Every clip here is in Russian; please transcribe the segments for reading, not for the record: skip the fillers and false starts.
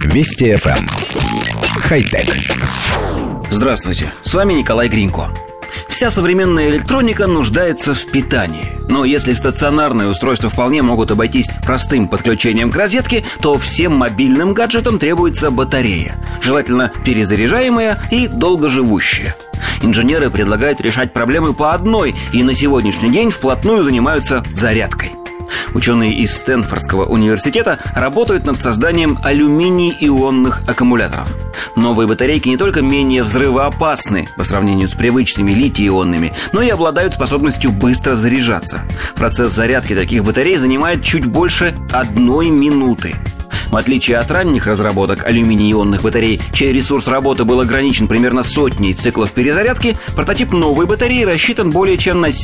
Вести ФМ. Хай-тек. Здравствуйте, с вами Николай Гринько. Вся современная электроника нуждается в питании. Но если стационарные устройства вполне могут обойтись простым подключением к розетке, то всем мобильным гаджетам требуется батарея, желательно перезаряжаемая и долгоживущая. Инженеры предлагают решать проблемы по одной и на сегодняшний день вплотную занимаются зарядкой. Ученые из Стэнфордского университета работают над созданием алюминий-ионных аккумуляторов. Новые батарейки не только менее взрывоопасны по сравнению с привычными литий-ионными, но и обладают способностью быстро заряжаться. Процесс зарядки таких батарей занимает чуть больше 1 минуты. В отличие от ранних разработок алюминий-ионных батарей, чей ресурс работы был ограничен примерно 100 циклов перезарядки, прототип новой батареи рассчитан более чем на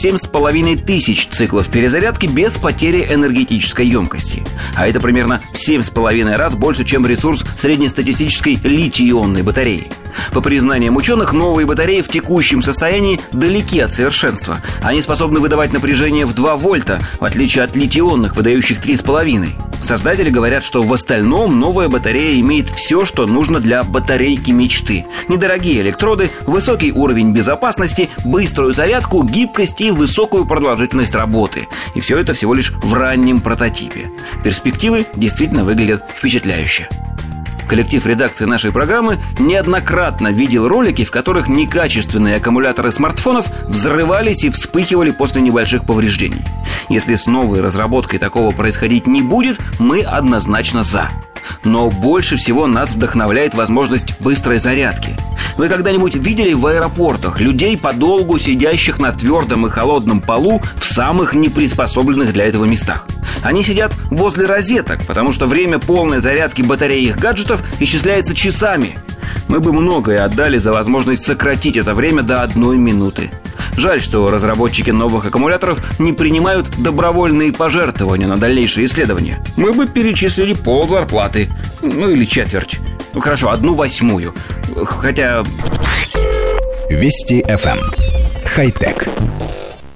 7500 циклов перезарядки без потери энергетической емкости. А это примерно в 7,5 раз больше, чем ресурс среднестатистической литий-ионной батареи. По признаниям ученых, новые батареи в текущем состоянии далеки от совершенства. Они способны выдавать напряжение в 2 вольта, в отличие от литий-ионных, выдающих 3,5. Создатели говорят, что в остальном новая батарея имеет все, что нужно для батарейки мечты. Недорогие электроды, высокий уровень безопасности, быструю зарядку, гибкость и высокую продолжительность работы. И все это всего лишь в раннем прототипе. Перспективы действительно выглядят впечатляюще. Коллектив редакции нашей программы неоднократно видел ролики, в которых некачественные аккумуляторы смартфонов взрывались и вспыхивали после небольших повреждений. Если с новой разработкой такого происходить не будет, мы однозначно за. Но больше всего нас вдохновляет возможность быстрой зарядки. Вы когда-нибудь видели в аэропортах людей, подолгу сидящих на твердом и холодном полу в самых неприспособленных для этого местах? Они сидят возле розеток, потому что время полной зарядки батареи их гаджетов исчисляется часами. Мы бы многое отдали за возможность сократить это время до 1 минуты. Жаль, что разработчики новых аккумуляторов не принимают добровольные пожертвования на дальнейшие исследования. Мы бы перечислили ползарплаты, или четверть. Хорошо, 1/8. Хотя... Вести ФМ. Хай-тек.